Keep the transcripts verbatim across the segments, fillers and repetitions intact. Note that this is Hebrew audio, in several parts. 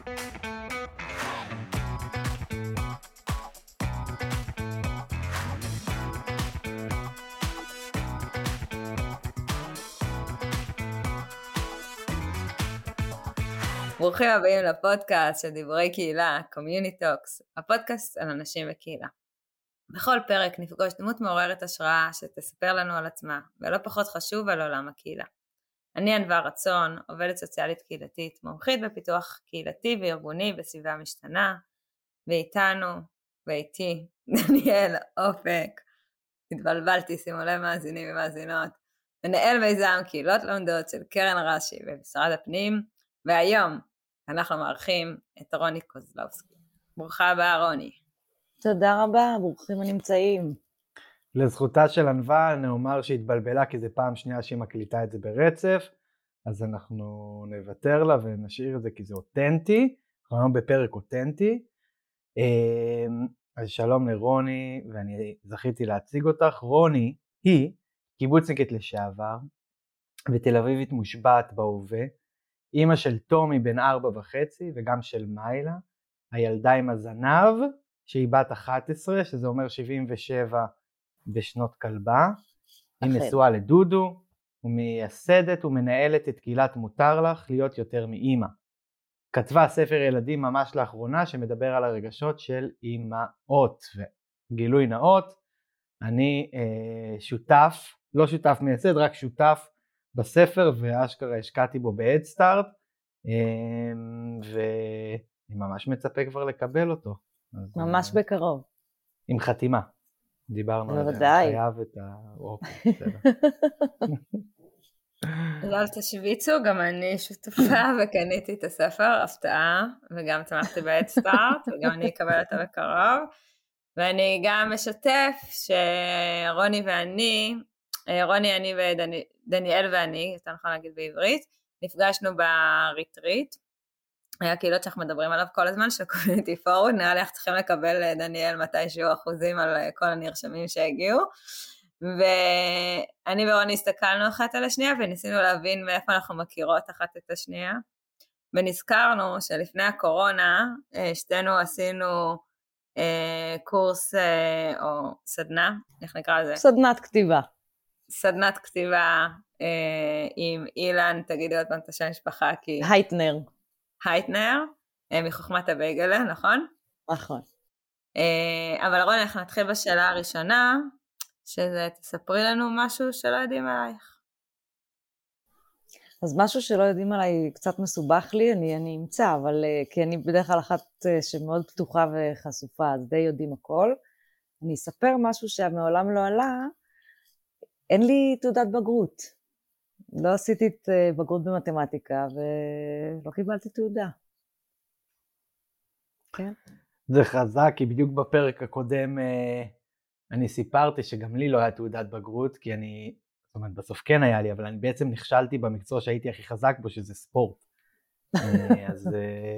ברוכים הבאים לפודקאסט של דיבורי קהילה, Community Talks, הפודקאסט על אנשים וקהילה. בכל פרק נפגוש דמות מעוררת השראה שתספר לנו על עצמה, ולא פחות חשוב על עולם הקהילה. אני ענווה רצון, עובדת סוציאלית קהילתית, מומחית בפיתוח קהילתי וארגוני בסביבה משתנה, ואיתנו, ואיתי, דניאל אופק, התבלבלתי, שימו לב מאזינים ומאזינות, מנהל מיזם קהילות לומדות של קרן רש"י במשרד הפנים, והיום אנחנו מארחים את רוני קוזלובסקי. ברוכה הבאה רוני. תודה רבה, ברוכים הנמצאים. לזכותה של ענווה אני אומר שהתבלבלה כי זה פעם שנייה שהיא מקליטה את זה ברצף, אז אנחנו נוותר לה ונשאיר את זה כי זה אותנטי, אנחנו היום בפרק אותנטי. אז שלום לרוני, ואני זכיתי להציג אותך. רוני היא קיבוצניקית לשעבר ותל אביבית מושבעת בהווה, אמא של תומי בן ארבע וחצי וגם של מיילה, הילדה עם הזנב שהיא בת אחת עשרה, שזה אומר שבעים ושבע בשנות כלבה. היא נשואה לדודו, ומייסדת ומנהלת את קהילת מותר לך להיות יותר מאמא. כתבה ספר ילדים ממש לאחרונה שמדבר על הרגשות של אמאות. וגילוי נאות, אני אה, שותף, לא שותף מייסד, רק שותף בספר, ואשכרה השקעתי בו בהדסטארט, ואני ממש מצפה כבר לקבל אותו. ממש בקרוב. עם חתימה. דיברנו על זה, חייב את ה... אוקיי, בסדר. לא תשוויצו, גם אני שותפה וקניתי את הספר, הפתעה, וגם צמחתי בהדסטארט, וגם אני אקבל אותו בקרוב, ואני גם משתף שרוני ואני, רוני, אני ודניאל ואני, יותר נכון להגיד בעברית, נפגשנו בריטריט, היה קהילות שאנחנו מדברים עליו כל הזמן, של קומיוניטי פורוד, נראה לי אנחנו צריכים לקבל דניאל מתישהו אחוזים על כל הנרשמים שהגיעו, ואני ורוני הסתכלנו אחת על השנייה, וניסינו להבין מאיפה אנחנו מכירות אחת את השנייה, ונזכרנו שלפני הקורונה, שתינו עשינו קורס או סדנה, איך נקרא לזה? סדנת כתיבה. סדנת כתיבה אה, עם אילן, תגידי עוד פעם את השם משפחה, כי... הייטנר. הייטנר, אה, מחוכמת הבייגלה, נכון? נכון. אה, אבל רוני, אנחנו נתחיל בשאלה הראשונה, שזה תספרי לנו משהו שלא יודעים עלייך. אז משהו שלא יודעים עליי קצת מסובך לי, אני, אני אמצא, אבל כי אני בדרך כלל אחת שמאוד פתוחה וחשופה, אז די יודעים הכל. אני אספר משהו שמעולם לא עלה, אין לי תעודת בגרות. לא עשיתי את בגרות במתמטיקה, ולא קיבלתי תעודה. כן? זה חזק, כי בדיוק בפרק הקודם אני סיפרתי שגם לי לא היה תעודת בגרות, כי אני, זאת אומרת, בסוף כן היה לי, אבל אני בעצם נכשלתי במקצוע שהייתי הכי חזק בו, שזה ספורט. אז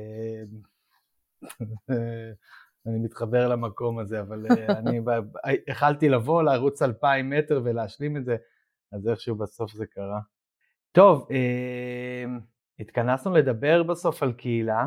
אני מתחבר למקום הזה, אבל אני החלתי לבוא, לערוץ אלפיים מטר ולהשלים את זה, אז איכשהו בסוף זה קרה. טוב, התכנסנו לדבר בסוף על קהילה,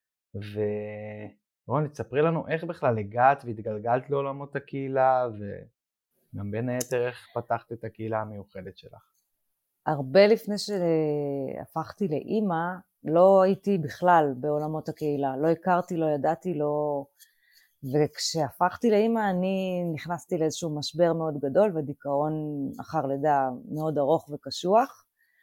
ורוני, תספרי לנו איך בכלל הגעת והתגלגלת לעולמות הקהילה, וגם בין היתר איך פתחת את הקהילה המיוחדת שלך. הרבה לפני שהפכתי לאימא, לא הייתי בכלל בעולמות הקהילה, לא הכרתי, לא ידעתי, לא... וכשהפכתי לאמא אני נכנסתי לאיזשהו משבר מאוד גדול ודיכאון אחר לידה מאוד ארוך וקשוח,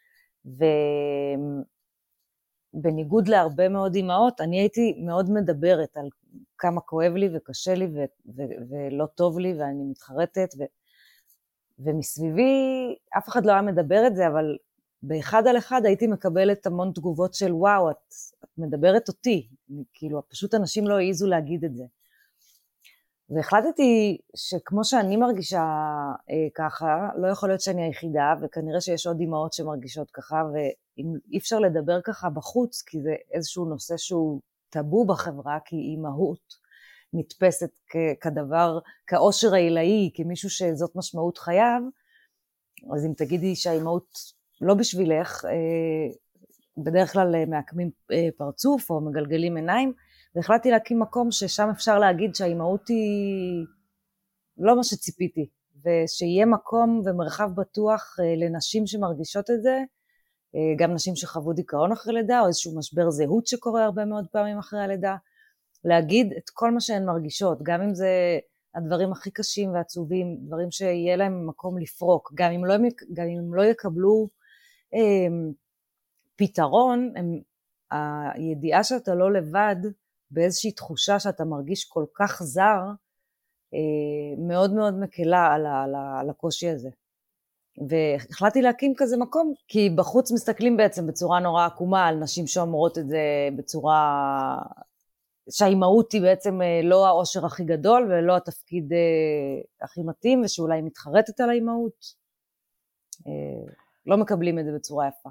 ובניגוד להרבה מאוד אמהות אני הייתי מאוד מדברת על כמה כואב לי וקשה לי ו- ו- ולא טוב לי ואני מתחרטת ו- ומסביבי אף אחד לא היה מדבר את זה, אבל באחד על אחד הייתי מקבלת המון תגובות של וואו, את, את מדברת אותי, כאילו פשוט אנשים לא העיזו להגיד את זה. והחלטתי שכמו שאני מרגישה אה, ככה, לא יכול להיות שאני היחידה, וכנראה שיש עוד אמהות שמרגישות ככה, ואי אפשר לדבר ככה בחוץ, כי זה איזשהו נושא שהוא טאבו בחברה, כי אימהות נתפסת כ- כדבר, כאושר העילאי, כמישהו שזאת משמעות חייו, אז אם תגידי שהאימהות לא בשבילך, אה, בדרך כלל מעקמים פרצוף או מגלגלים עיניים, והחלטתי להקים מקום ששם אפשר להגיד שהאימהות היא לא מה שציפיתי, ושיהיה מקום ומרחב בטוח לנשים שמרגישות את זה, גם נשים שחוו דיכאון אחרי לידה, או איזשהו משבר זהות שקורה הרבה מאוד פעמים אחרי הלידה, להגיד את כל מה שהן מרגישות, גם אם זה הדברים הכי קשים ועצובים, דברים שיהיה להם מקום לפרוק, גם אם לא, גם אם לא יקבלו אה, פתרון, הם, הידיעה שאתה לא לבד, באיזושהי תחושה שאתה מרגיש כל כך זר, אה, מאוד מאוד מקלה על, על, על הקושי הזה. והחלטתי להקים כזה מקום, כי בחוץ מסתכלים בעצם בצורה נורא עקומה על נשים שאומרות את זה בצורה, שהאימהות היא בעצם לא האושר הכי גדול ולא התפקיד הכי מתאים, ושאולי היא מתחרטת על האימהות. לא מקבלים את זה בצורה יפה.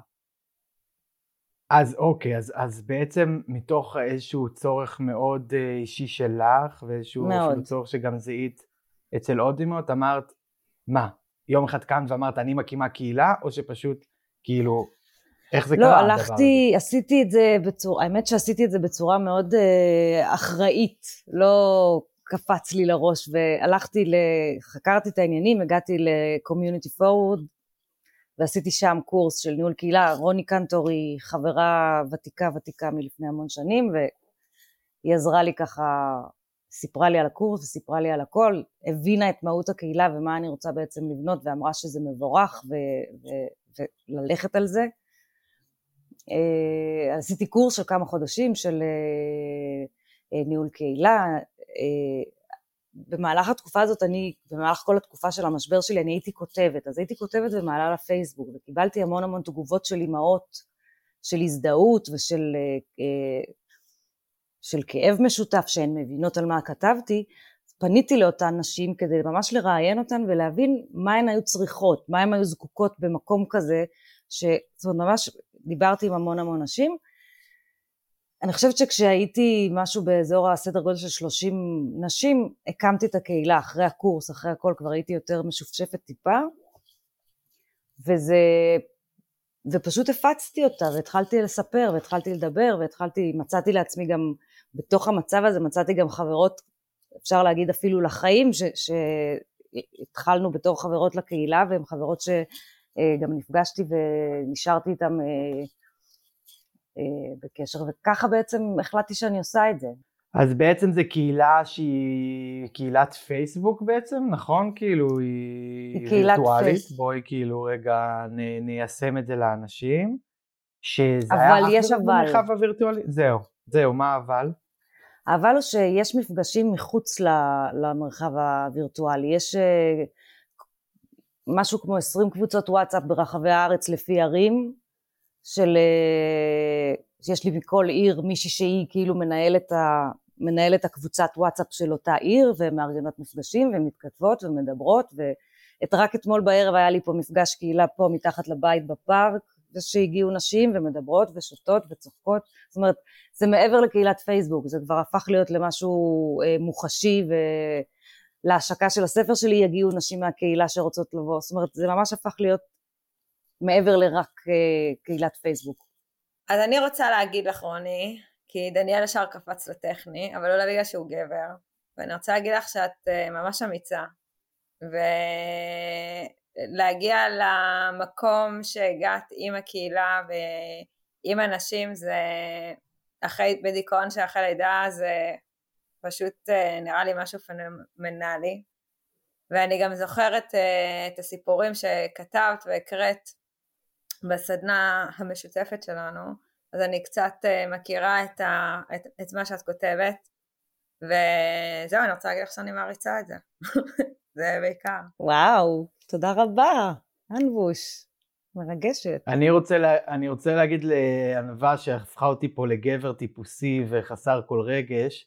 אז אוקיי, אז, אז בעצם מתוך איזשהו צורך מאוד אישי שלך, ואיזשהו צורך שגם זיהית אצל עוד אימהות, אמרת, מה? יום אחד כאן ואמרת, אני מקימה קהילה, או שפשוט, כאילו, איך זה לא, קרה? לא, הלכתי, עשיתי את זה בצורה, האמת שעשיתי את זה בצורה מאוד אה, אחראית, לא קפץ לי לראש, והלכתי, חקרתי את העניינים, הגעתי ל-Community Forward, ועשיתי שם קורס של ניהול קהילה. רוני קנטור היא חברה ותיקה ותיקה מלפני המון שנים, והיא עזרה לי ככה, סיפרה לי על הקורס וסיפרה לי על הכל, הבינה את מהות הקהילה ומה אני רוצה בעצם לבנות, ואמרה שזה מבורך ו- ו- וללכת על זה. Uh, עשיתי קורס של כמה חודשים של uh, uh, ניהול קהילה. Uh, במהלך התקופה הזאת, אני, במהלך כל התקופה של המשבר שלי, אני הייתי כותבת, אז הייתי כותבת ומעלה לפייסבוק, וקיבלתי המון המון תגובות של אימהות, של הזדהות ושל uh, uh, של כאב משותף שהן מבינות על מה כתבתי. פניתי לאותן נשים כדי ממש לראיין אותן ולהבין מה הן היו צריכות, מה הן היו זקוקות במקום כזה, זאת אומרת ממש דיברתי עם המון המון נשים. אני חושבת שכשהייתי משהו באזור הסדר גודל של שלושים נשים, הקמתי את הקהילה אחרי הקורס, אחרי הכל כבר הייתי יותר משופשפת טיפה, וזה, ופשוט הפצתי אותה, והתחלתי לספר, והתחלתי לדבר, והתחלתי, מצאתי לעצמי גם, בתוך המצב הזה מצאתי גם חברות, אפשר להגיד אפילו לחיים, ש, שהתחלנו בתור חברות לקהילה, והן חברות שגם נפגשתי ונשארתי איתן בקשר, וככה בעצם החלטתי שאני עושה את זה. אז בעצם זה קהילה שהיא קהילת פייסבוק בעצם, נכון? כאילו היא, היא וירטואלית, פייס. בואי כאילו רגע נ, ניישם את זה לאנשים, שזה היה אחלה במרחב הווירטואלי, זהו, זהו, מה אבל? אבל הוא שיש מפגשים מחוץ למרחב הווירטואלי, יש משהו כמו עשרים קבוצות וואטסאפ ברחבי הארץ לפי ערים, של, שיש לי מכל עיר מישהי שהיא כאילו מנהלת, ה, מנהלת הקבוצת וואטסאפ של אותה עיר, ומארגנות מפגשים ומתכתבות ומדברות, ורק אתמול בערב היה לי פה מפגש קהילה פה מתחת לבית בפארק, ושהגיעו נשים ומדברות ושותות וצוחקות, זאת אומרת, זה מעבר לקהילת פייסבוק, זה כבר הפך להיות למשהו אה, מוחשי, ולהשקה של הספר שלי יגיעו נשים מהקהילה שרוצות לבוא, זאת אומרת, זה ממש הפך להיות מעבר לרק אה, קהילת פייסבוק. אז אני רוצה להגיד לך רוני, כי דניאל ישר קפץ לטכני, אבל לא בגלל שהוא גבר, ואני רוצה להגיד לך שאת אה, ממש אמיצה, ו... להגיע למקום שהגעת עם הקהילה ועם אנשים, זה אחרי בדיכאון שאחרי לידה, זה פשוט נראה לי משהו פנומנלי, ואני גם זוכרת את הסיפורים שכתבת והקראת בסדנה המשותפת שלנו, אז אני קצת מכירה את, ה, את, את מה שאת כותבת, וזהו, אני רוצה להגיד לך שאני מעריצה את זה. זה בעיקר. וואו, תודה רבה, אנבוש, מרגשת. אני רוצה, לה, אני רוצה להגיד לענווה שהפכה אותי פה לגבר טיפוסי וחסר כל רגש,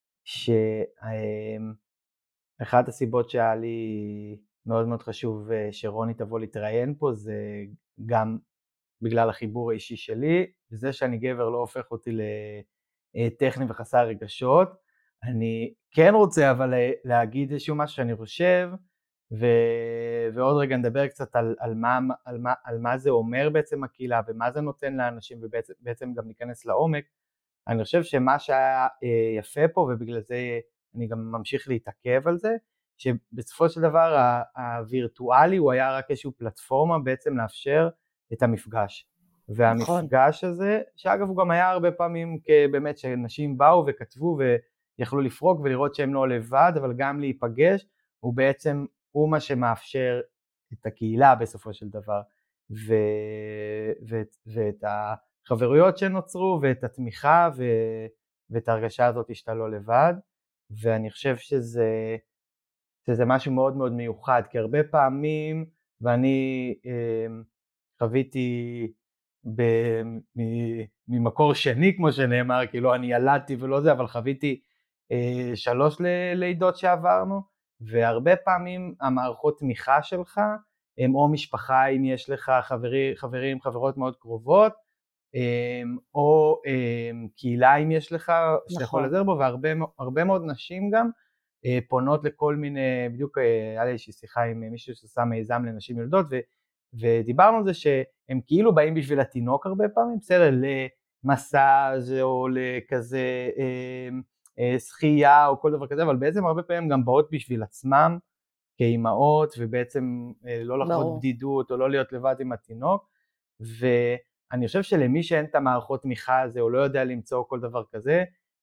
שאחת הסיבות שהיה לי מאוד מאוד חשוב שרוני תבוא להתראיין פה, זה גם בגלל החיבור האישי שלי, וזה שאני גבר לא הופך אותי לטכני וחסר רגשות. אני כן רוצה אבל להגיד איזשהו משהו שאני חושב, ו... ועוד רגע נדבר קצת על, על, מה, על, מה, על מה זה אומר בעצם הקהילה ומה זה נותן לאנשים ובעצם בעצם גם ניכנס לעומק. אני חושב שמה שהיה יפה פה ובגלל זה אני גם ממשיך להתעכב על זה, שבסופו של דבר הווירטואלי הוא היה רק איזושהי פלטפורמה בעצם לאפשר את המפגש. והמפגש נכון. הזה, שאגב הוא גם היה הרבה פעמים באמת שאנשים באו וכתבו ויכלו לפרוק ולראות שהם לא לבד, אבל גם להיפגש, הוא בעצם, הוא מה שמאפשר את הקהילה בסופו של דבר, ו, ו, ואת החברויות שנוצרו ואת התמיכה ו, ואת ההרגשה הזאת שאתה לא לבד, ואני חושב שזה, שזה משהו מאוד מאוד מיוחד, כי הרבה פעמים, ואני אה, חוויתי ב- מ- ממקור שני כמו שנאמר, כאילו אני ילדתי ולא זה, אבל חוויתי אה, שלוש ל- לידות שעברנו, והרבה פעמים המערכות תמיכה שלך, הם או משפחה אם יש לך חברי, חברים, חברות מאוד קרובות, או קהילה אם יש לך, שאתה יכול לעזר בו, והרבה מאוד נשים גם פונות לכל מיני, בדיוק היה לי איזושהי שיחה עם מישהו שעושה מיזם לנשים ילדות, ודיברנו על זה שהם כאילו באים בשביל התינוק הרבה פעמים, בסדר, למסאז' או לכזה שחייה או כל דבר כזה, אבל בעצם הרבה פעמים גם באות בשביל עצמם, כאימהות, ובעצם לא לחוות בדידות או לא להיות לבד עם התינוק, ואני חושב שלמי שאין את המערכות תמיכה הזה, או לא יודע למצוא כל דבר כזה,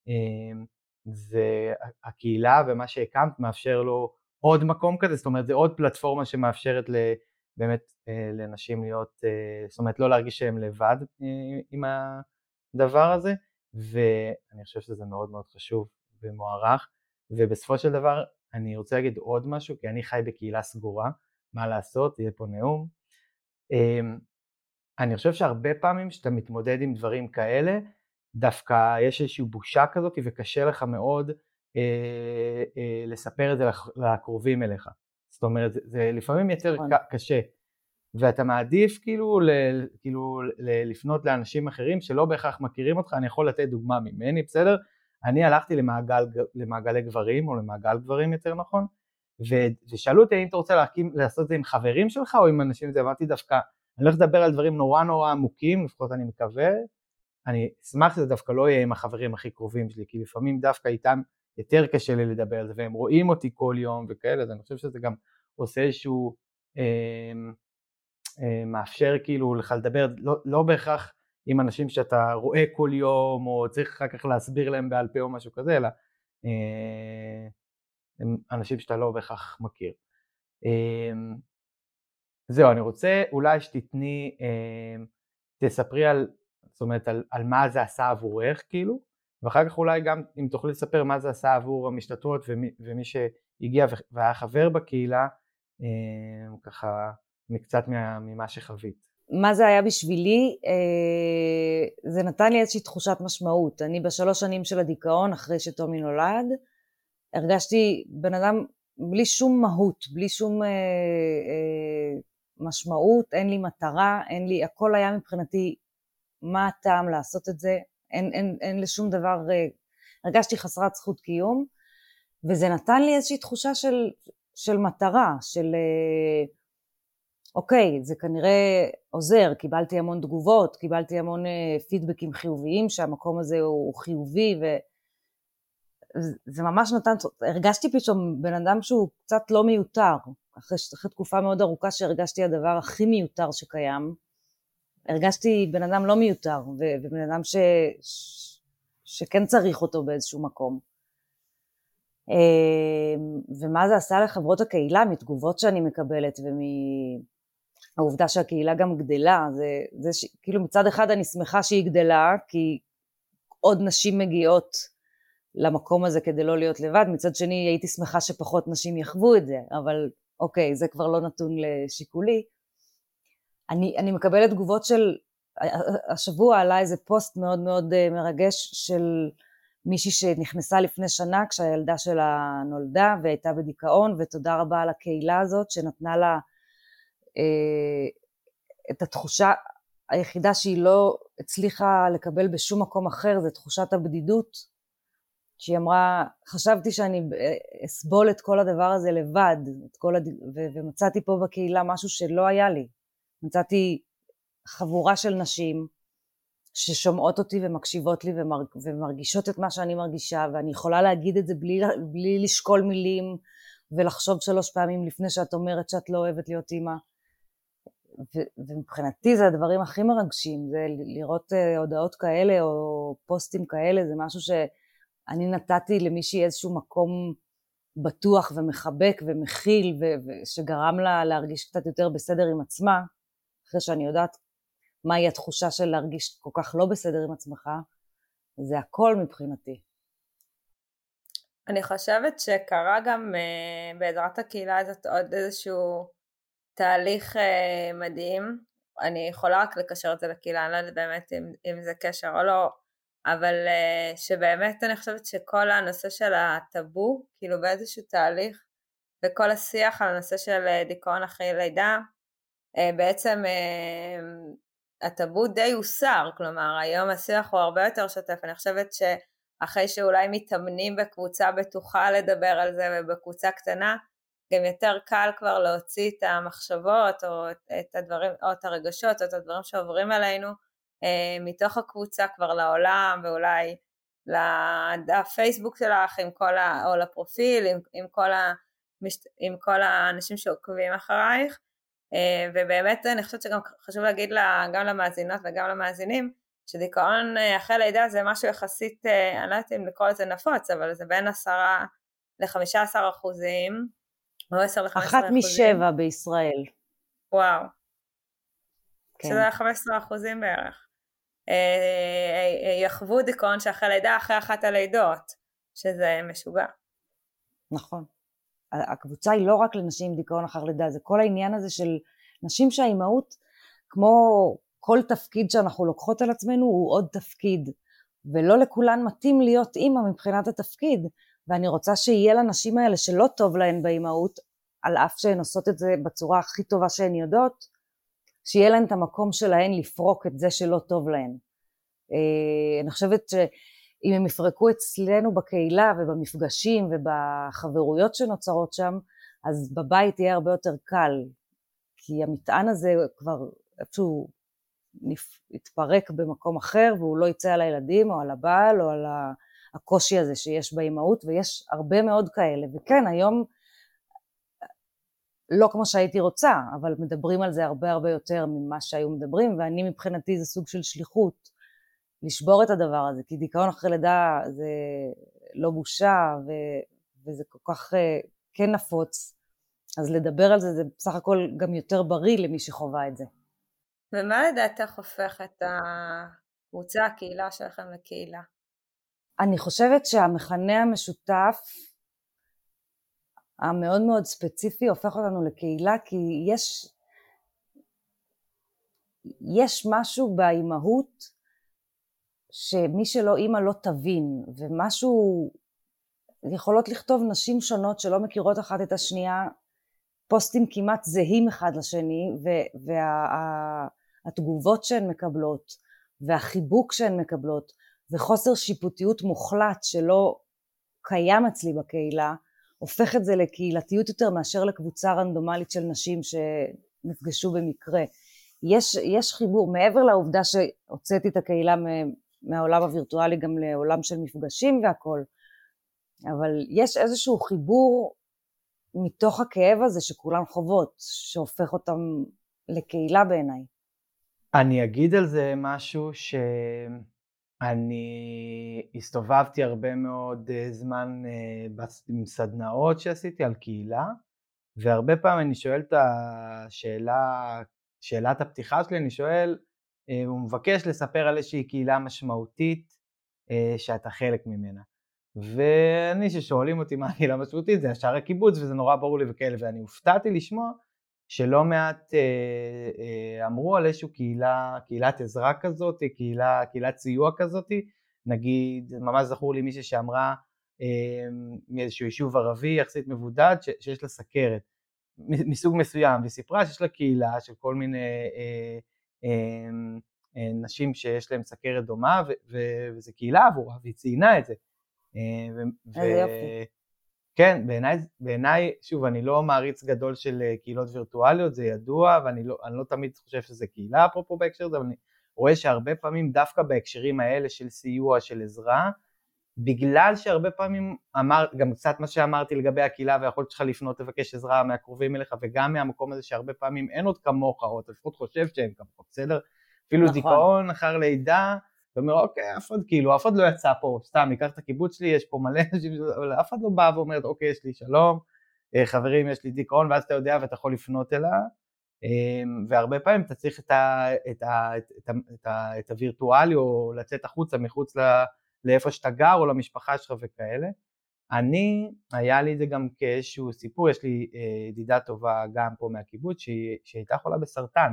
זה הקהילה ומה שהקמת מאפשר לו עוד מקום כזה, זאת אומרת זה עוד פלטפורמה שמאפשרת באמת לנשים להיות, זאת אומרת לא להרגיש שהם לבד עם הדבר הזה, ואני חושב שזה מאוד מאוד חשוב ומוערך, ובסופו של דבר אני רוצה להגיד עוד משהו, כי אני חי בקהילה סגורה, מה לעשות, יהיה פה נאום. אני חושב שהרבה פעמים שאתה מתמודד עם דברים כאלה, דווקא יש איזושהי בושה כזאת, וקשה לך מאוד אה, אה, לספר את זה לקרובים אליך. זאת אומרת, זה, זה לפעמים יותר קשה, ואתה מעדיף כאילו, ל, כאילו ל, לפנות לאנשים אחרים שלא בהכרח מכירים אותך. אני יכול לתת דוגמה ממני, בסדר? אני הלכתי למעגל, למעגלי גברים, או למעגל גברים יותר נכון, ושאלו אותי האם אתה רוצה להקים, לעשות את זה עם חברים שלך, או עם אנשים, זה אמרתי דווקא, אני הולך לדבר על דברים נורא נורא עמוקים, לפחות אני מקווה, אני אשמח שזה דווקא לא יהיה עם החברים הכי קרובים שלי, כי לפעמים דווקא איתם יותר קשה לי לדבר על זה, והם רואים אותי כל יום וכאלה, אז אני חושב שזה גם עושה איזשהו, אה, אה, מאפשר כאילו לך לדבר, לא, לא בהכרח עם אנשים שאתה רואה כל יום, או צריך אחר כך להסביר להם בעל פה או משהו כזה, אלא אה, הם אנשים שאתה לא בהכרח מכיר. אה, זהו, אני רוצה אולי שתתני, אה, תספרי על, זאת אומרת, על, על מה זה עשה עבורך, כאילו, ואחר כך אולי גם אם תוכלי לספר מה זה עשה עבור המשתתפות ומי, ומי שהגיע והיה חבר בקהילה, אה, ככה מקצת ממה שחווית. מה זה היה בשבילי? אה, זה נתן לי איזושהי תחושת משמעות. אני בשלוש שנים של הדיכאון, אחרי שטומי נולד, הרגשתי בן אדם בלי שום מהות, בלי שום אה, אה, משמעות, אין לי מטרה, אין לי, הכל היה מבחינתי, מה הטעם לעשות את זה, אין, אין, אין לשום דבר, אה, הרגשתי חסרת זכות קיום, וזה נתן לי איזושהי תחושה של, של מטרה, של אה, אוקיי, זה כנראה עוזר, קיבלתי המון תגובות, קיבלתי המון אה, פידבקים חיוביים, שהמקום הזה הוא, הוא חיובי, ו... זה ממש נתן, הרגשתי פתאום בן אדם שהוא קצת לא מיותר, אחרי, אחרי תקופה מאוד ארוכה שהרגשתי הדבר הכי מיותר שקיים, הרגשתי בן אדם לא מיותר, ו, ובן אדם ש, ש, שכן צריך אותו באיזשהו מקום. ומה זה עשה לחברות הקהילה, מתגובות שאני מקבלת, ומהעובדה שהקהילה גם גדלה, זה, זה ש, כאילו מצד אחד אני שמחה שהיא גדלה, כי עוד נשים מגיעות, למקום הזה כדי לא להיות לבד, מצד שני הייתי שמחה שפחות נשים יחוו את זה, אבל אוקיי, זה כבר לא נתון לשיקולי. אני, אני מקבלת תגובות של, השבוע עלה איזה פוסט מאוד מאוד מרגש של מישהי שנכנסה לפני שנה כשהילדה שלה נולדה והייתה בדיכאון, ותודה רבה על הקהילה הזאת שנתנה לה אה, את התחושה היחידה שהיא לא הצליחה לקבל בשום מקום אחר, זה תחושת הבדידות, שהיא אמרה, חשבתי שאני אסבול את כל הדבר הזה לבד, את כל הד... ו- ומצאתי פה בקהילה משהו שלא היה לי. מצאתי חבורה של נשים ששומעות אותי ומקשיבות לי ומרג... ומרגישות את מה שאני מרגישה, ואני יכולה להגיד את זה בלי, בלי לשקול מילים ולחשוב שלוש פעמים לפני שאת אומרת שאת לא אוהבת להיות אימא. ו- ומבחינתי זה הדברים הכי מרגשים, זה לראות uh, הודעות כאלה או פוסטים כאלה, זה משהו שאני נתתי למישהי איזשהו מקום בטוח ומחבק ומכיל, ו- ושגרם לה להרגיש קצת יותר בסדר עם עצמה, אחרי שאני יודעת מהי התחושה של להרגיש כל כך לא בסדר עם עצמך, זה הכל מבחינתי. אני חושבת שקרה גם uh, בעזרת הקהילה הזאת עוד איזשהו תהליך uh, מדהים. אני יכולה רק לקשר את זה לקהילה, אני לא יודעת באמת אם, אם זה קשר או לא, אבל uh, שבאמת אני חושבת שכל הנושא של הטאבו, כאילו באיזשהו תהליך, וכל השיח על הנושא של uh, דיכאון אחרי לידה, uh, בעצם uh, הטאבו די הוסר, כלומר היום השיח הוא הרבה יותר שוטף. אני חושבת שאחרי שאולי מתאמנים בקבוצה בטוחה לדבר על זה ובקבוצה קטנה, גם יותר קל כבר להוציא את המחשבות או את הדברים או את הרגשות או את הדברים שעוברים עלינו אה, מתוך הקבוצה כבר לעולם, ואולי לדף פייסבוק שלך עם כל ה, או לפרופיל עם, עם, כל ה, עם כל האנשים שעוקבים אחרייך. ובאמת אני חושבת שגם חשוב להגיד לה, גם למאזינות וגם למאזינים, שדיכאון אחרי לידה זה משהו יחסית, אני לא יודעת אם לקרוא לזה נפוץ, אבל זה בין עשרה לחמישה עשר אחוזים, או עשר לחמש עשרה אחוזים. אחת משבע בישראל. וואו. כן. שזה חמש עשרה אחוזים בערך. יחוו דיכאון שאחרי לידה, אחרי אחת הלידות, שזה משוגע. נכון. הקבוצה היא לא רק לנשים עם דיכאון אחר לידה, זה כל העניין הזה של נשים שהאימהות, כמו כל תפקיד שאנחנו לוקחות על עצמנו, הוא עוד תפקיד, ולא לכולן מתאים להיות אימא מבחינת התפקיד, ואני רוצה שיהיה לנשים האלה שלא טוב להן באימהות, על אף שהן עושות את זה בצורה הכי טובה שהן יודעות, שיהיה להן את המקום שלהן לפרוק את זה שלא טוב להן. אני חושבת ש... אם הם יפרקו אצלנו בקהילה ובמפגשים ובחברויות שנוצרות שם, אז בבית יהיה הרבה יותר קל, כי המטען הזה כבר איפשהו יתפרק במקום אחר, והוא לא יצא על הילדים או על הבעל או על הקושי הזה שיש באימהות, ויש הרבה מאוד כאלה. וכן, היום לא כמו שהייתי רוצה, אבל מדברים על זה הרבה הרבה יותר ממה שהיו מדברים, ואני מבחינתי זה סוג של שליחות, לשבור את הדבר הזה, כי דיכאון אחרי לידה זה לא בושה, ו- וזה כל כך uh, כן נפוץ, אז לדבר על זה זה בסך הכל גם יותר בריא למי שחובה את זה. ומה לדעתך הופך את הקבוצה, הקהילה שלכם לקהילה? אני חושבת שהמכנה המשותף המאוד מאוד ספציפי הופך אותנו לקהילה, כי יש, יש משהו באימהות, שמי שלא אימא לא תבין, ומשהו, יכולות לכתוב נשים שונות שלא מכירות אחת את השנייה, פוסטים כמעט זהים אחד לשני, והתגובות וה, שהן מקבלות, והחיבוק שהן מקבלות, וחוסר שיפוטיות מוחלט שלא קיים אצלי בקהילה, הופך את זה לקהילתיות יותר מאשר לקבוצה רנדומלית של נשים שנפגשו במקרה. יש, יש חיבור, מעבר לעובדה שהוצאתי את הקהילה מהעולם הווירטואלי גם לעולם של מפגשים והכל, אבל יש איזשהו חיבור מתוך הכאב הזה שכולן חוות, שהופך אותם לקהילה בעיניי. אני אגיד על זה משהו שאני הסתובבתי הרבה מאוד זמן עם סדנאות שעשיתי על קהילה, והרבה פעמים אני שואל את השאלה, שאלת הפתיחה שלי, אני שואל, הוא מבקש לספר על איזושהי קהילה משמעותית שאתה חלק ממנה. ואני ששואלים אותי מה הקהילה משמעותית, זה ישר הקיבוץ וזה נורא ברור לי וכאלה, ואני הופתעתי לשמוע שלא מעט אה, אה, אמרו על איזושהי קהילה, קהילת עזרה כזאת, קהילה, קהילת סיוע כזאת, נגיד, ממש זכור לי מישהי שאמרה אה, מאיזשהו יישוב ערבי יחסית מבודד ש, שיש לה סכרת מסוג מסוים, וסיפרה שיש לה קהילה של כל מיני אה, אה, אה, נשים שיש להם סכרת דומה, ו, ו, וזה קהילה עבורה, והיא ציינה את זה. איזה יופי. כן, בעיניי, בעיניי, שוב, אני לא מעריץ גדול של קהילות וירטואליות, זה ידוע, ואני לא, אני לא תמיד חושב שזה קהילה, אפרופו בהקשר הזה, אבל אני רואה שהרבה פעמים, דווקא בהקשרים האלה של סיוע, של עזרה, בגלל שהרבה פעמים, אמר, גם קצת מה שאמרתי לגבי הקהילה, ויכולת שלך לפנות לבקש עזרה מהקרובים אליך, וגם מהמקום הזה שהרבה פעמים אין עוד כמוך, או אתה לפחות חושב שאין כמוך, בסדר? אפילו נכון. דיכאון אחר לידה, ואומר, אוקיי, אף אחד, כאילו, אף אחד לא יצא פה, סתם, ניקח את הקיבוץ שלי, יש פה מלא, אבל אף אחד לא בא ואומרת, אוקיי, יש לי שלום, חברים, יש לי דיכאון, ואז אתה יודע ואתה יכול לפנות אליה, והרבה פעמים אתה צריך את, ה, את, ה, את, ה, את, ה, את הווירטואלי, או לצאת החוצה, מחוץ ל, לאיפה שאתה גר, או למשפחה שלך וכאלה. אני, היה לי זה גם כאיזשהו סיפור, יש לי ידידה טובה גם פה מהקיבוץ, שהיא, שהייתה חולה בסרטן,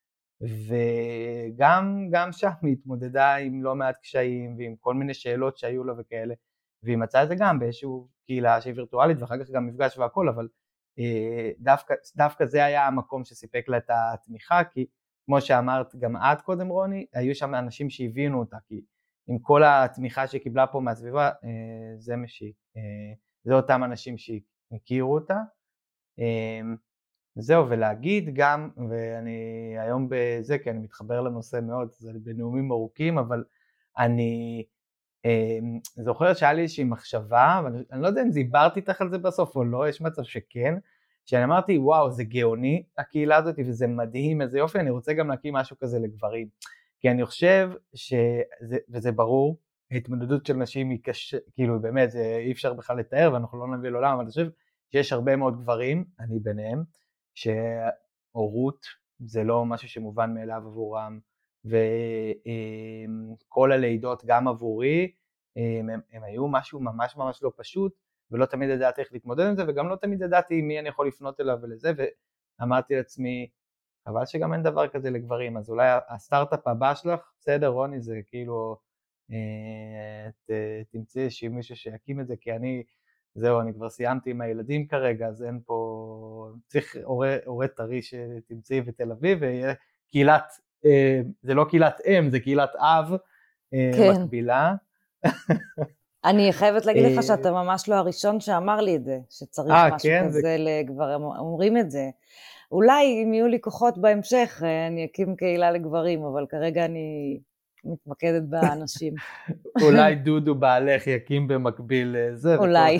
וגם גם שם היא התמודדה עם לא מעט קשיים ועם כל מיני שאלות שהיו לה וכאלה, והיא מצאה את זה גם באיזשהו קהילה שהיא וירטואלית ואחר כך גם מפגש והכל, אבל אה, דווקא, דווקא זה היה המקום שסיפק לה את התמיכה, כי כמו שאמרת גם את קודם רוני, היו שם אנשים שהבינו אותה, כי עם כל התמיכה שקיבלה פה מהסביבה, אה, זה משהי, אה, זה אותם אנשים שהכירו אותה, אה, זהו, ולהגיד גם, ואני היום בזה, כי אני מתחבר לנושא מאוד, זה בנאומים ארוכים, אבל אני אה, זוכר שהיה לי איזושהי מחשבה, ואני אני לא יודע אם זיברתי איתך על זה בסוף או לא, יש מצב שכן, שאני אמרתי, וואו, זה גאוני הקהילה הזאת, וזה מדהים, איזה יופי, אני רוצה גם להקים משהו כזה לגברים, כי אני חושב שזה, וזה ברור, ההתמודדות של נשים היא קשה, כאילו באמת, זה אי אפשר בכלל לתאר, ואנחנו לא נביא לעולם, אבל אני חושב שיש הרבה מאוד גברים, אני ביניהם, שהורות זה לא משהו שמובן מאליו עבורם, וכל הלידות גם עבורי, הם, הם היו משהו ממש ממש לא פשוט, ולא תמיד ידעתי איך להתמודד עם זה, וגם לא תמיד ידעתי מי אני יכול לפנות אליו ולזה, ואמרתי לעצמי, אבל שגם אין דבר כזה לגברים, אז אולי הסטארט-אפ הבא שלך, בסדר רוני, זה כאילו, ת, תמצאי איזשהו מישהו שיקים את זה, כי אני, זהו, אני כבר סיימתי עם הילדים כרגע, אז אין פה, צריך הורה טרי שתמצאי בתל אביב, ויהיה קהילת, זה לא קהילת אם, זה קהילת אב, כן. מקבילה. אני חייבת להגיד לך שאתה ממש לא הראשון שאמר לי את זה, שצריך 아, משהו כן, כזה זה... לגברים, אומרים את זה. אולי אם יהיו לי כוחות בהמשך, אני אקים קהילה לגברים, אבל כרגע אני מתמקדת באנשים. אולי דודו בעלך יקים במקביל זה. אולי.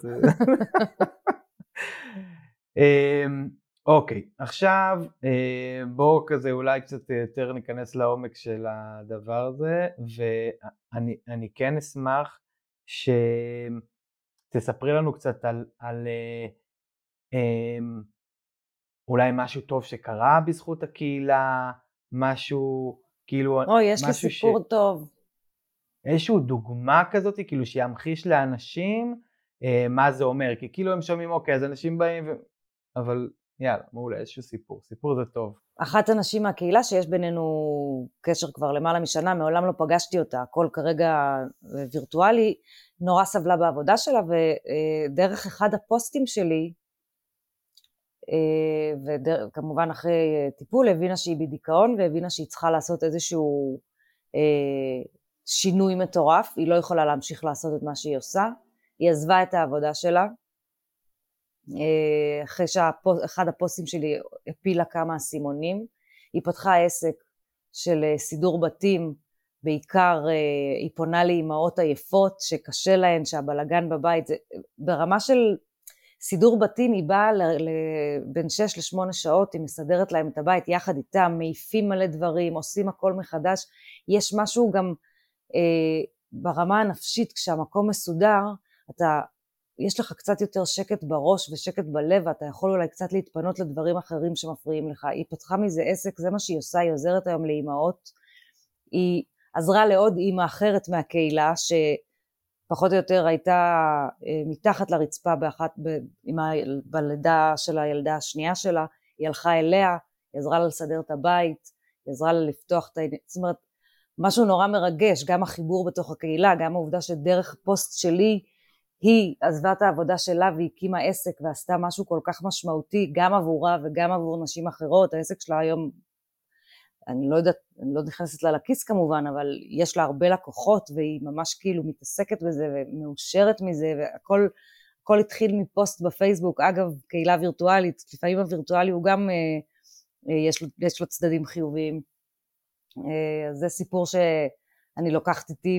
אוקיי, עכשיו בואו כזה אולי קצת יותר ניכנס לעומק של הדבר הזה, ואני אני כן אשמח שתספרי לנו קצת על, על אולי משהו טוב שקרה בזכות הקהילה, משהו כאילו, או, יש לי סיפור ש... טוב. איזשהו דוגמה כזאת, כאילו שימחיש לאנשים אה, מה זה אומר, כי כאילו הם שומעים, אוקיי, אז אנשים באים, ו... אבל יאללה, מעולה, איזשהו סיפור, סיפור זה טוב. אחת הנשים מהקהילה שיש בינינו קשר כבר למעלה משנה, מעולם לא פגשתי אותה, הכל כרגע וירטואלי, נורא סבלה בעבודה שלה, ודרך אחד הפוסטים שלי, וכמובן אחרי טיפול, הבינה שהיא בדיכאון, והבינה שהיא צריכה לעשות איזשהו שינוי מטורף, היא לא יכולה להמשיך לעשות את מה שהיא עושה, היא עזבה את העבודה שלה, אחרי שאחד הפוסטים שלי הפילה כמה סימונים, היא פתחה עסק של סידור בתים, בעיקר היא פונה לאימהות עייפות שקשה להן, שהבלגן בבית, זה ברמה של סידור בתים, היא באה בין שש לשמונה שעות, היא מסדרת להם את הבית יחד איתם, מעיפים מלא דברים, עושים הכל מחדש, יש משהו גם אה, ברמה הנפשית, כשהמקום מסודר, אתה יש לך קצת יותר שקט בראש ושקט בלב, ואתה יכול אולי קצת להתפנות לדברים אחרים שמפריעים לך. היא פתחה מזה עסק, זה מה שהיא עושה, היא עוזרת היום לאימהות. היא עזרה לעוד אימא אחרת מהקהילה, שפחות או יותר הייתה מתחת לרצפה באחת, בלידה של הילדה השנייה שלה, היא הלכה אליה, היא עזרה לה לסדר את הבית, היא עזרה לה לפתוח את העניין, זאת אומרת, משהו נורא מרגש, גם החיבור בתוך הקהילה, גם העובדה שדרך פוסט שלי, היא עזבה את העבודה שלה והקימה עסק ועשתה משהו כל כך משמעותי, גם עבורה וגם עבור נשים אחרות, העסק שלה היום אני לא יודעת, אני לא נכנסת לה לכיס כמובן, אבל יש לה הרבה לקוחות, והיא ממש כאילו מתעסקת בזה, ומאושרת מזה, והכל הכל התחיל מפוסט בפייסבוק, אגב, קהילה וירטואלית, לפעמים הווירטואלי הוא גם, יש לו, יש לו צדדים חיוביים. זה סיפור שאני לוקחת איתי,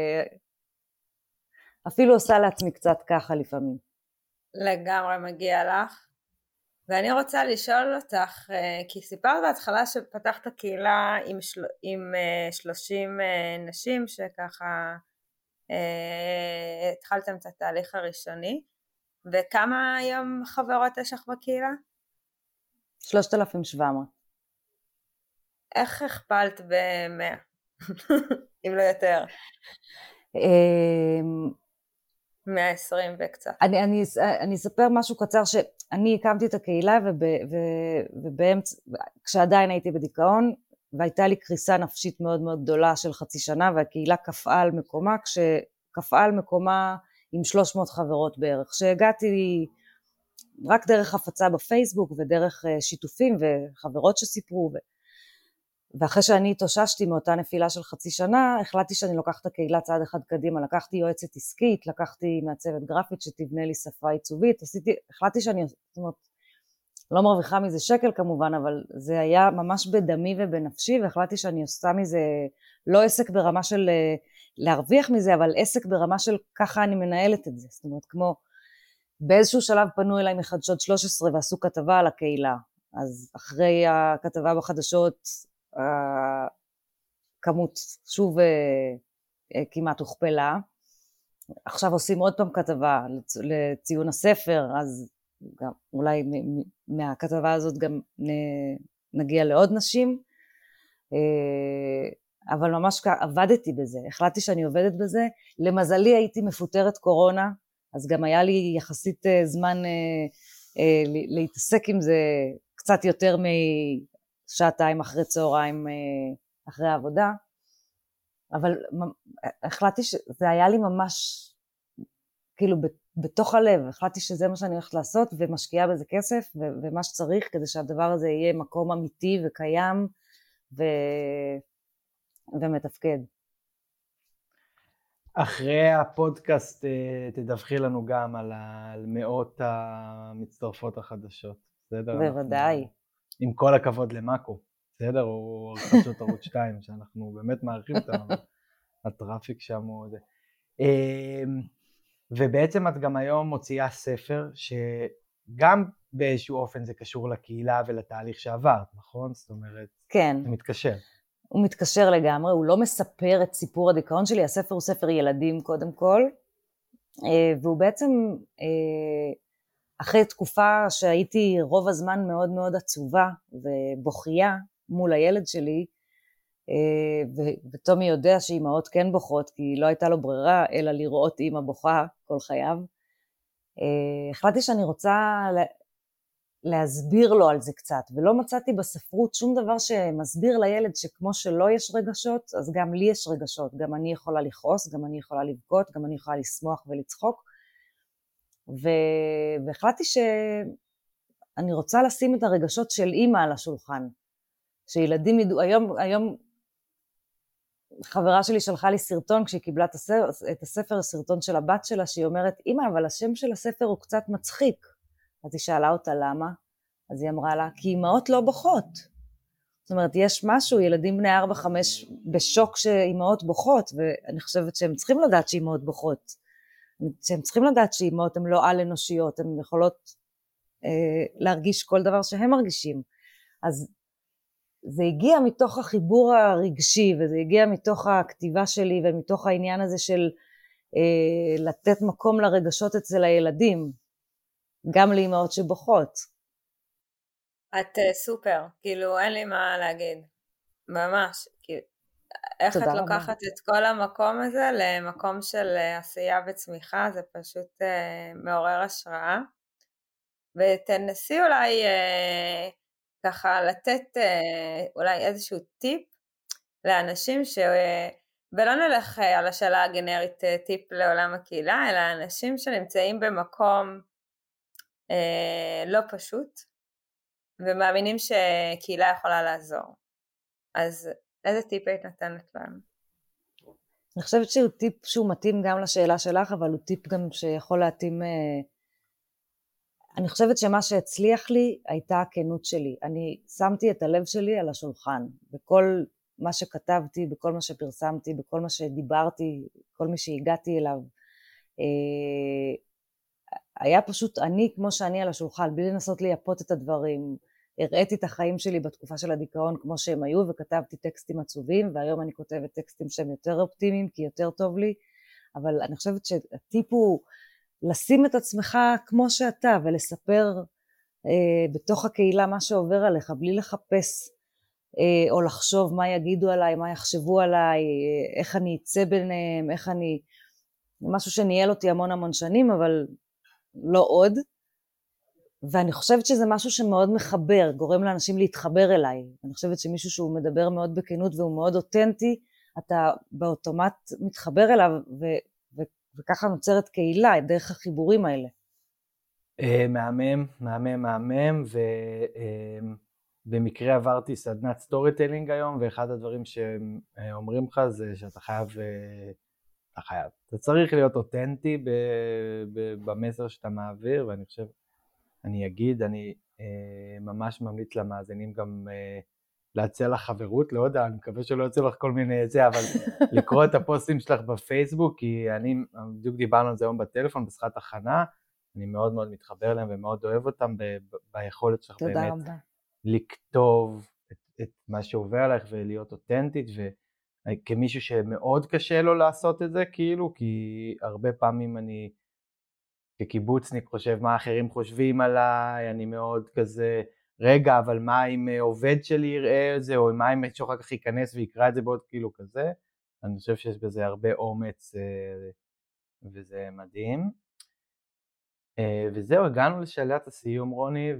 ואפילו עושה לעצמי קצת ככה לפעמים. לגמרי מגיע לך. ואני רוצה לשאול אותך, כי סיפרת בהתחלה שפתחת קהילה עם, של... עם שלושים נשים שככה התחלתם את התהליך הראשוני, וכמה היום חברות יש לך בקהילה? שלושת אלפים שבע מאות. איך הכפלת ב-מאה? אם לא יותר. מאה ועשרים וקצת. אני, אני, אני אספר משהו קצר, שאני הקמתי את הקהילה, וב, ו, ובאמצע, כשעדיין הייתי בדיכאון, והייתה לי קריסה נפשית מאוד מאוד גדולה של חצי שנה, והקהילה קפאה על מקומה, כשקפאה על מקומה עם שלוש מאות חברות בערך, שהגעתי רק דרך הפצה בפייסבוק, ודרך שיתופים, וחברות שסיפרו, ו... ואחרי שאני התאוששתי מאותה נפילה של חצי שנה, החלטתי שאני לוקחת את הקהילה צעד אחד קדימה, לקחתי יועצת עסקית, לקחתי מעצבת גרפית שתבנה לי שפה עיצובית, עשיתי, החלטתי שאני, זאת אומרת, לא מרוויחה מזה שקל כמובן, אבל זה היה ממש בדמי ובנפשי, והחלטתי שאני עושה מזה, לא עסק ברמה של להרוויח מזה, אבל עסק ברמה של ככה אני מנהלת את זה, זאת אומרת, כמו באיזשהו שלב פנו אליי מחדשות שלוש עשרה ועשו כתבה על הקהילה, אז אחרי הכתבה בחדשות, הכמות שוב כמעט הוכפלה, עכשיו עושים עוד פעם כתבה לציון הספר, אז גם, אולי מהכתבה הזאת גם נגיע לעוד נשים, אבל ממש עבדתי בזה, החלטתי שאני עובדת בזה, למזלי הייתי מפוטרת קורונה, אז גם היה לי יחסית זמן להתעסק עם זה קצת יותר מ... שעתיים אחרי צהריים, אחרי העבודה, אבל החלטתי שזה היה לי ממש, כאילו בתוך הלב, החלטתי שזה מה שאני הולכת לעשות, ומשקיעה בזה כסף, ומה שצריך, כדי שהדבר הזה יהיה מקום אמיתי וקיים, ו... ומתפקד. אחרי הפודקאסט תדווחי לנו גם על מאות המצטרפות החדשות, בסדר? בוודאי. אנחנו... עם כל הכבוד למאקו, בסדר? או חדשות ערוץ שתיים, שאנחנו באמת מעריכים את הטראפיק שם. ובעצם את גם היום מוציאה ספר, שגם באיזשהו אופן זה קשור לקהילה ולתהליך שעברת, נכון? זאת אומרת, כן. זה מתקשר. הוא מתקשר לגמרי, הוא לא מספר את סיפור הדיכאון שלי, הספר הוא ספר ילדים קודם כל, והוא בעצם... אחרי תקופה שהייתי רוב הזמן מאוד מאוד עצובה ובוכייה מול הילד שלי, וטומי יודע שאימהות כן בוכות, כי לא הייתה לו ברירה אלא לראות אימא בוכה כל חייו, החלטתי שאני רוצה להסביר לו על זה קצת, ולא מצאתי בספרות שום דבר שמסביר לילד שכמו שלא יש רגשות, אז גם לי יש רגשות, גם אני יכולה לכעוס, גם אני יכולה לבכות, גם אני יכולה לשמוח ולצחוק, והחלטתי שאני רוצה לשים את הרגשות של אימא על השולחן, שילדים ידעו, היום, היום חברה שלי שלחה לי סרטון כשהיא קיבלה את הספר, את הספר, סרטון של הבת שלה, שהיא אומרת, אימא, אבל השם של הספר הוא קצת מצחיק. אז היא שאלה אותה למה, אז היא אמרה לה, כי אימהות לא בוכות. זאת אומרת, יש משהו, ילדים בני ארבע חמש בשוק שאימהות בוכות, ואני חושבת שהם צריכים לדעת שאימהות בוכות. שהם צריכים לדעת שאימהות הן לא על אנושיות, הן יכולות אה, להרגיש כל דבר שהם מרגישים. אז זה הגיע מתוך החיבור הרגשי, וזה הגיע מתוך הכתיבה שלי, ומתוך העניין הזה של אה, לתת מקום לרגשות אצל הילדים, גם לאימהות שבוכות. את uh, סופר, כאילו אין לי מה להגיד, ממש, כאילו, איך את לוקחת רבה. את כל המקום הזה למקום של עשייה וצמיחה, זה פשוט uh, מעורר השראה, ותנסי אולי uh, ככה לתת uh, אולי איזשהו טיפ לאנשים ש... Uh, ולא נלך uh, על השאלה הגנרית uh, טיפ לעולם הקהילה, אלא אנשים שנמצאים במקום uh, לא פשוט, ומאמינים שקהילה יכולה לעזור. אז איזה טיפ היית נתנת לנו? אני חושבת שהוא טיפ שהוא מתאים גם לשאלה שלך, אבל הוא טיפ גם שיכול להתאים, אני חושבת שמה שהצליח לי הייתה הכנות שלי. אני שמתי את הלב שלי על השולחן, בכל מה שכתבתי, בכל מה שפרסמתי, בכל מה שדיברתי, כל מי שהגעתי אליו. היה פשוט אני כמו שאני על השולחן, בלי לנסות לייפות את הדברים. הראיתי את החיים שלי בתקופה של הדיכאון כמו שהם היו, וכתבתי טקסטים עצובים, והיום אני כותבת טקסטים שהם יותר אופטימיים, כי יותר טוב לי. אבל אני חושבת שהטיפ הוא לשים את עצמך כמו שאתה, ולספר אה, בתוך הקהילה מה שעובר עליך, בלי לחפש אה, או לחשוב מה יגידו עליי, מה יחשבו עליי, אה, איך אני אצא ביניהם, איך אני... משהו שניהל אותי המון המון שנים, אבל לא עוד. ואני חושבת שזה משהו שמאוד מחבר, גורם לאנשים להתחבר אליי. אני חושבת שמישהו שהוא מדבר מאוד בכנות והוא מאוד אותנטי, אתה באוטומט מתחבר אליו, ו, ו, וככה נוצרת קהילה, דרך החיבורים האלה. מהמם, מהמם, מהמם, ובמקרה עברתי סדנת סטורי טיילינג היום, ואחד הדברים שאומרים לך זה שאתה חייב, אתה חייב, אתה צריך להיות אותנטי במסר שאתה מעביר, ואני חושב, אני אגיד, אני אה, ממש ממליץ למאזינים גם אה, להציע לך חברות, לא יודע, אני מקווה שלא יוצא לך כל מיני זה, אבל לקרוא את הפוסטים שלך בפייסבוק, כי אני, בדיוק דיברנו על זה היום בטלפון, בשיחת הכנה, אני מאוד מאוד מתחבר להם ומאוד אוהב אותם ב, ב, ביכולת שלך באמת רבה. לכתוב את, את מה שעובר עליך ולהיות אותנטית, וכמישהו שמאוד קשה לו לעשות את זה, כאילו, כי הרבה פעמים אני... כקיבוצניק חושב מה אחרים חושבים עליי, אני מאוד כזה, רגע, אבל מה אם עובד שלי יראה את זה, או מה אם שאחר כך ייכנס ויקרא את זה בעוד כאילו כזה, אני חושב שיש בזה הרבה אומץ, וזה מדהים. וזהו, הגענו לשאלת הסיום, רוני,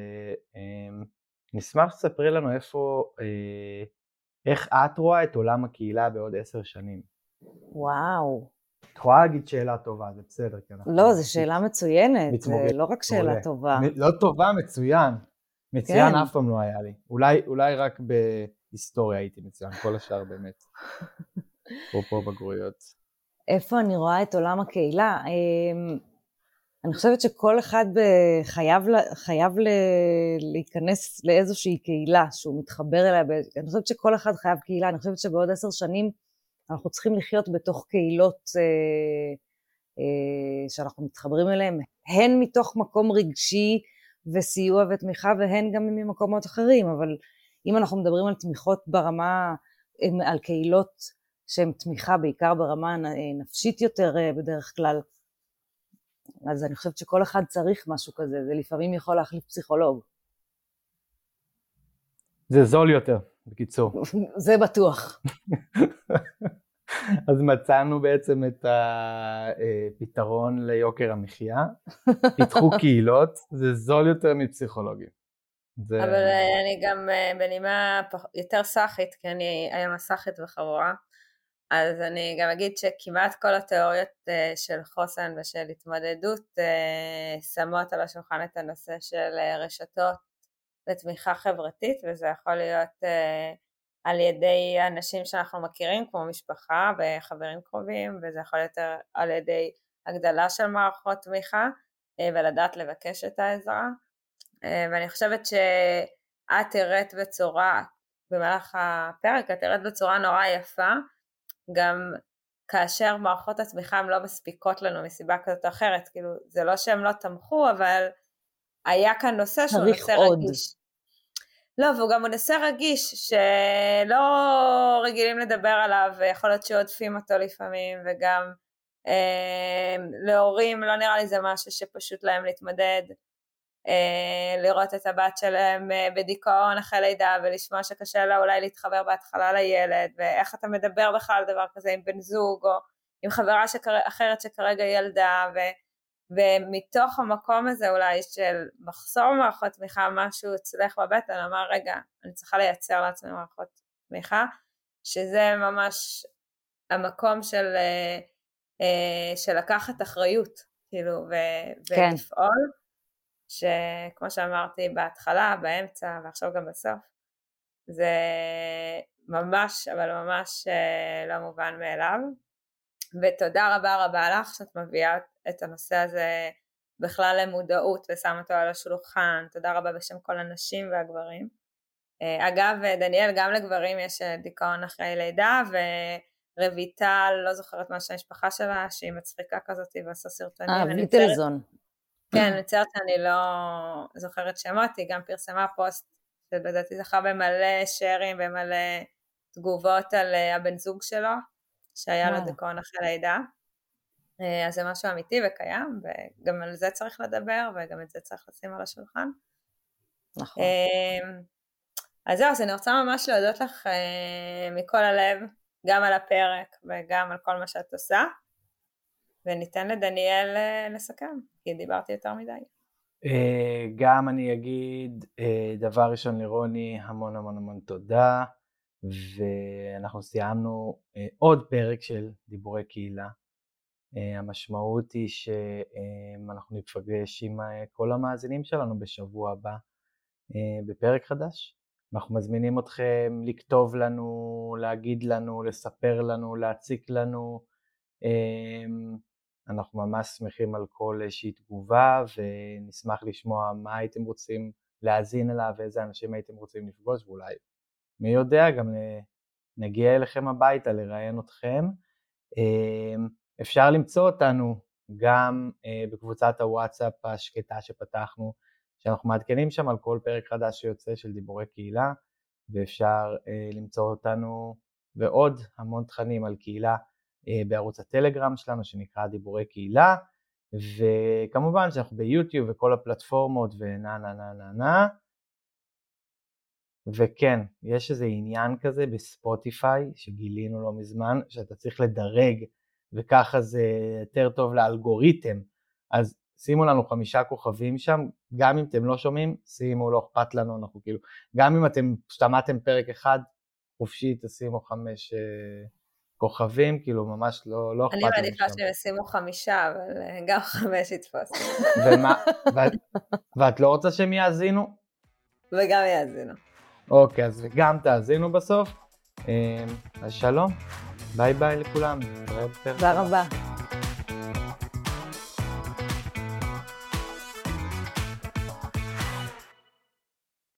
ונשמח שתספרי לנו איפה, איך את רואה את עולם הקהילה בעוד עשר שנים. וואו. את יכולה להגיד שאלה טובה, זה בסדר. לא, זו שאלה מצוינת, זה לא רק שאלה טובה. לא טובה, מצוין. מצוין אף פעם לא היה לי. אולי רק בהיסטוריה הייתי מצוין, כל השאר באמת. פה פה בגרויות. איפה אני רואה את עולם הקהילה? אני חושבת שכל אחד חייב להיכנס לאיזושהי קהילה שהוא מתחבר אליה. אני חושבת שכל אחד חייב קהילה. אני חושבת שבעוד עשר שנים אנחנו צריכים לחיות בתוך קהילות אה, אה, שאנחנו מתחברים אליהן, הן מתוך מקום רגשי וסיוע ותמיכה, והן גם ממקומות אחרים, אבל אם אנחנו מדברים על תמיכות ברמה, על קהילות שהן תמיכה בעיקר ברמה נפשית יותר בדרך כלל, אז אני חושבת שכל אחד צריך משהו כזה, זה לפעמים יכול להחליף פסיכולוג. זה זול יותר, בקיצור. זה בטוח. אז מצאנו בעצם את הפתרון ליוקר המחיה, פיתחו קהילות, זה זול יותר מפסיכולוגים. זה... אבל אני גם בנימה יותר סחית, כי אני היום הסחית וחבורה, אז אני גם אגיד שכמעט כל התיאוריות של חוסן ושל התמודדות שמות על השולחן את הנושא של רשתות ותמיכה חברתית, וזה יכול להיות על ידי אנשים שאנחנו מכירים כמו משפחה וחברים קרובים, וזה יכול להיות על ידי הגדלה של מערכות תמיכה ולדעת לבקש את העזרה. ואני חושבת שאת הראת בצורה, במהלך הפרק, את הראת בצורה נורא יפה, גם כאשר מערכות התמיכה הן לא מספיקות לנו מסיבה כזאת או אחרת, כאילו זה לא שהם לא תמכו, אבל היה כאן נושא שהוא נושא עוד. רגיש. לא, והוא גם נושא רגיש שלא רגילים לדבר עליו, ויכול להיות שעודפים אותו לפעמים, וגם אה, להורים לא נראה לי זה משהו שפשוט להם להתמודד, אה, לראות את הבת שלהם אה, בדיכאון אחרי לידה, ולשמוע שקשה לה אולי להתחבר בהתחלה לילד, ואיך אתה מדבר בכלל על דבר כזה עם בן זוג, או עם חברה שכר... אחרת שכרגע ילדה, ו... ומתוך המקום הזה אולי של מחסור מערכות תמיכה, משהו אצלך בבטן, אמר רגע, אני צריכה לייצר לעצמי מערכות תמיכה, שזה ממש המקום של, של לקחת אחריות, כאילו, ו- כן. ולפעול, שכמו שאמרתי בהתחלה, באמצע ועכשיו גם בסוף, זה ממש, אבל ממש לא מובן מאליו, ותודה רבה רבה לך שאת מביאה את הנושא הזה בכלל למודעות ושם אותו על השולחן. תודה רבה בשם כל הנשים והגברים. אגב, דניאל, גם לגברים יש דיכאון אחרי לידה, ורביטל, לא זוכרת מה שהמשפחה שלה, שהיא מצחיקה כזאת ועושה סרטונים. אה, ויטלזון. כן, מצטערת שאני לא זוכרת שמות, היא גם פרסמה פוסט, שלדעתי זכה במלא שרים, במלא תגובות על הבן זוג שלו, שהיה לו דיכאון אחרי לידה. אז זה משהו אמיתי וקיים, וגם על זה צריך לדבר, וגם את זה צריך לשים על השולחן. נכון. אז זהו, אז אני רוצה ממש להודות לך מכל הלב, גם על הפרק וגם על כל מה שאת עושה, וניתן לדניאל לסכם, כי דיברתי יותר מדי. גם אני אגיד, דבר ראשון לרוני, המון המון המון תודה, ואנחנו סיימנו עוד פרק של דיבורי קהילה. המשמעות היא שאנחנו נפגש עם כל המאזינים שלנו בשבוע הבא בפרק חדש. אנחנו מזמינים אתכם לכתוב לנו, להגיד לנו, לספר לנו, להציק לנו. אנחנו ממש שמחים על כל איזושהי תגובה, ונשמח לשמוע מה הייתם רוצים להאזין אליו, ואיזה אנשים הייתם רוצים לפגוש, ואולי מי יודע, גם נגיע אליכם הביתה לראיין אתכם. אפשר למצוא אותנו גם בקבוצת הוואטסאפ השקטה שפתחנו, שאנחנו מעדכנים שם על כל פרק חדש שיוצא של דיבורי קהילה, ואפשר למצוא אותנו ועוד המון תכנים על קהילה בערוץ הטלגרם שלנו שנקרא דיבורי קהילה, וכמובן שאנחנו ביוטיוב וכל הפלטפורמות ונה נה נה נה נה. וכן, יש איזה עניין כזה בספוטיפיי שגילינו לא מזמן, שאתה צריך לדרג, וככה זה יותר טוב לאלגוריתם. אז שימו לנו חמישה כוכבים שם, גם אם אתם לא שומעים, שימו, לא אכפת לנו, אנחנו כאילו, גם אם אתם שמעתם פרק אחד, חופשי תשימו חמש אה, כוכבים, כאילו ממש לא, לא אכפת לנו. אני מעדיפה שהם ישימו חמישה, אבל גם חמש יתפוס. ומה, ואת, ואת לא רוצה שהם יאזינו? וגם יאזינו. אוקיי, אז גם תאזינו בסוף. אז שלום, ביי ביי לכולם. תודה רבה.